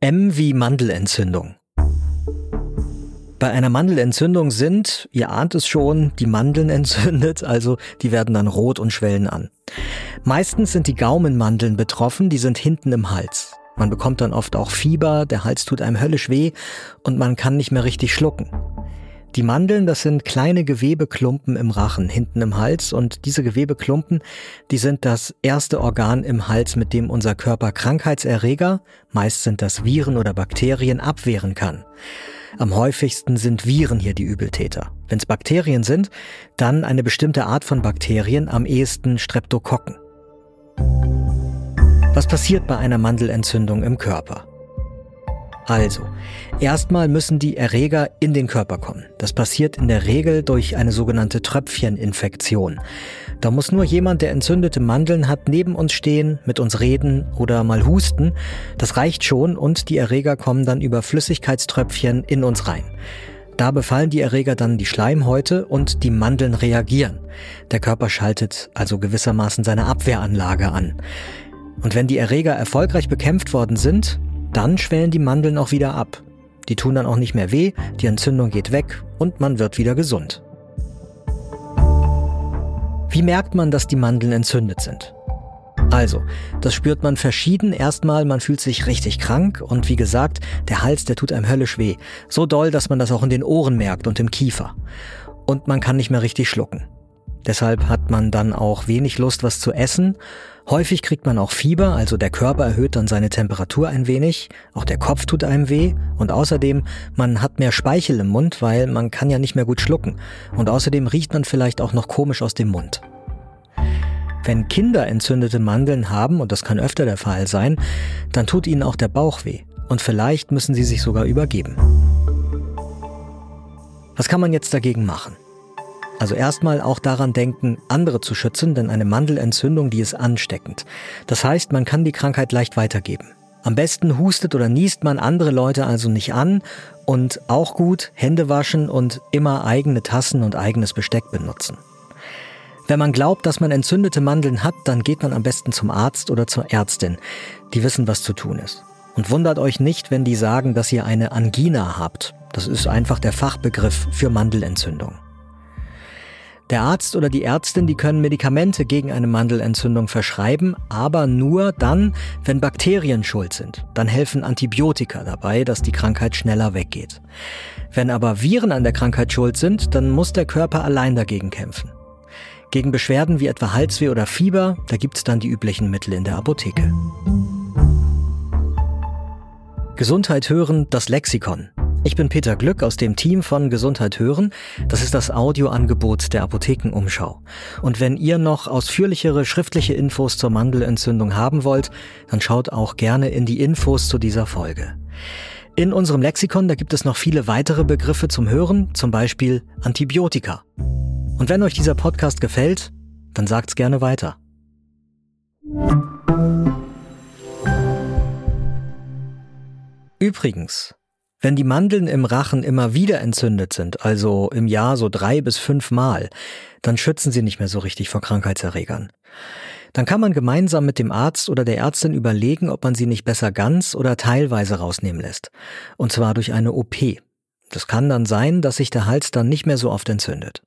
M wie Mandelentzündung. Bei einer Mandelentzündung sind, ihr ahnt es schon, die Mandeln entzündet, also die werden dann rot und schwellen an. Meistens sind die Gaumenmandeln betroffen, die sind hinten im Hals. Man bekommt dann oft auch Fieber, der Hals tut einem höllisch weh und man kann nicht mehr richtig schlucken. Die Mandeln, das sind kleine Gewebeklumpen im Rachen, hinten im Hals, und diese Gewebeklumpen, die sind das erste Organ im Hals, mit dem unser Körper Krankheitserreger, meist sind das Viren oder Bakterien, abwehren kann. Am häufigsten sind Viren hier die Übeltäter. Wenn es Bakterien sind, dann eine bestimmte Art von Bakterien, am ehesten Streptokokken. Was passiert bei einer Mandelentzündung im Körper? Also, erstmal müssen die Erreger in den Körper kommen. Das passiert in der Regel durch eine sogenannte Tröpfcheninfektion. Da muss nur jemand, der entzündete Mandeln hat, neben uns stehen, mit uns reden oder mal husten. Das reicht schon und die Erreger kommen dann über Flüssigkeitströpfchen in uns rein. Da befallen die Erreger dann die Schleimhäute und die Mandeln reagieren. Der Körper schaltet also gewissermaßen seine Abwehranlage an. Und wenn die Erreger erfolgreich bekämpft worden sind, dann schwellen die Mandeln auch wieder ab. Die tun dann auch nicht mehr weh, die Entzündung geht weg und man wird wieder gesund. Wie merkt man, dass die Mandeln entzündet sind? Also, das spürt man verschieden. Erstmal, man fühlt sich richtig krank und wie gesagt, der Hals, der tut einem höllisch weh. So doll, dass man das auch in den Ohren merkt und im Kiefer. Und man kann nicht mehr richtig schlucken. Deshalb hat man dann auch wenig Lust, was zu essen. Häufig kriegt man auch Fieber, also der Körper erhöht dann seine Temperatur ein wenig. Auch der Kopf tut einem weh. Und außerdem, man hat mehr Speichel im Mund, weil man kann ja nicht mehr gut schlucken. Und außerdem riecht man vielleicht auch noch komisch aus dem Mund. Wenn Kinder entzündete Mandeln haben, und das kann öfter der Fall sein, dann tut ihnen auch der Bauch weh. Und vielleicht müssen sie sich sogar übergeben. Was kann man jetzt dagegen machen? Also erstmal auch daran denken, andere zu schützen, denn eine Mandelentzündung, die ist ansteckend. Das heißt, man kann die Krankheit leicht weitergeben. Am besten hustet oder niest man andere Leute also nicht an und auch gut Hände waschen und immer eigene Tassen und eigenes Besteck benutzen. Wenn man glaubt, dass man entzündete Mandeln hat, dann geht man am besten zum Arzt oder zur Ärztin. Die wissen, was zu tun ist. Und wundert euch nicht, wenn die sagen, dass ihr eine Angina habt. Das ist einfach der Fachbegriff für Mandelentzündung. Der Arzt oder die Ärztin, die können Medikamente gegen eine Mandelentzündung verschreiben, aber nur dann, wenn Bakterien schuld sind. Dann helfen Antibiotika dabei, dass die Krankheit schneller weggeht. Wenn aber Viren an der Krankheit schuld sind, dann muss der Körper allein dagegen kämpfen. Gegen Beschwerden wie etwa Halsweh oder Fieber, da gibt's dann die üblichen Mittel in der Apotheke. Gesundheit hören, das Lexikon. Ich bin Peter Glück aus dem Team von Gesundheit hören. Das ist das Audioangebot der Apothekenumschau. Und wenn ihr noch ausführlichere schriftliche Infos zur Mandelentzündung haben wollt, dann schaut auch gerne in die Infos zu dieser Folge. In unserem Lexikon, da gibt es noch viele weitere Begriffe zum Hören, zum Beispiel Antibiotika. Und wenn euch dieser Podcast gefällt, dann sagt's gerne weiter. Übrigens, wenn die Mandeln im Rachen immer wieder entzündet sind, also im Jahr so 3 bis 5 Mal, dann schützen sie nicht mehr so richtig vor Krankheitserregern. Dann kann man gemeinsam mit dem Arzt oder der Ärztin überlegen, ob man sie nicht besser ganz oder teilweise rausnehmen lässt. Und zwar durch eine OP. Das kann dann sein, dass sich der Hals dann nicht mehr so oft entzündet.